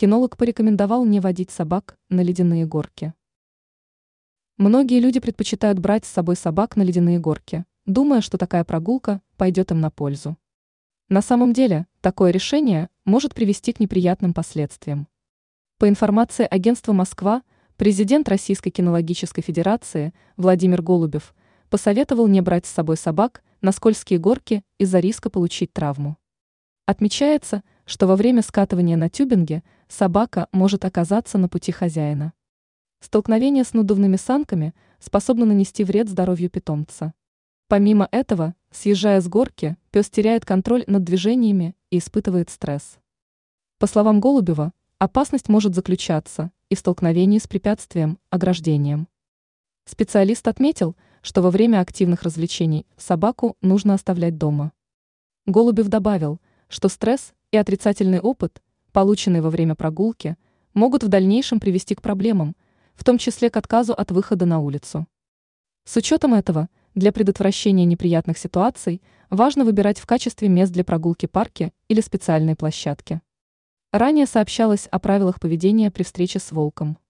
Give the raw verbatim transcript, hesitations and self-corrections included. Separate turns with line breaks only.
Кинолог порекомендовал не водить собак на ледяные горки. Многие люди предпочитают брать с собой собак на ледяные горки, думая, что такая прогулка пойдет им на пользу. На самом деле, такое решение может привести к неприятным последствиям. По информации агентства «Москва», президент Российской кинологической федерации Владимир Голубев посоветовал не брать с собой собак на скользкие горки из-за риска получить травму. Отмечается, что во время скатывания на тюбинге собака может оказаться на пути хозяина. Столкновение с надувными санками способно нанести вред здоровью питомца. Помимо этого, съезжая с горки, пес теряет контроль над движениями и испытывает стресс. По словам Голубева, опасность может заключаться и в столкновении с препятствием, ограждением. Специалист отметил, что во время активных развлечений собаку нужно оставлять дома. Голубев добавил, что стресс и отрицательный опыт, полученные во время прогулки, могут в дальнейшем привести к проблемам, в том числе к отказу от выхода на улицу. С учетом этого, для предотвращения неприятных ситуаций важно выбирать в качестве мест для прогулки парки или специальные площадки. Ранее сообщалось о правилах поведения при встрече с волком.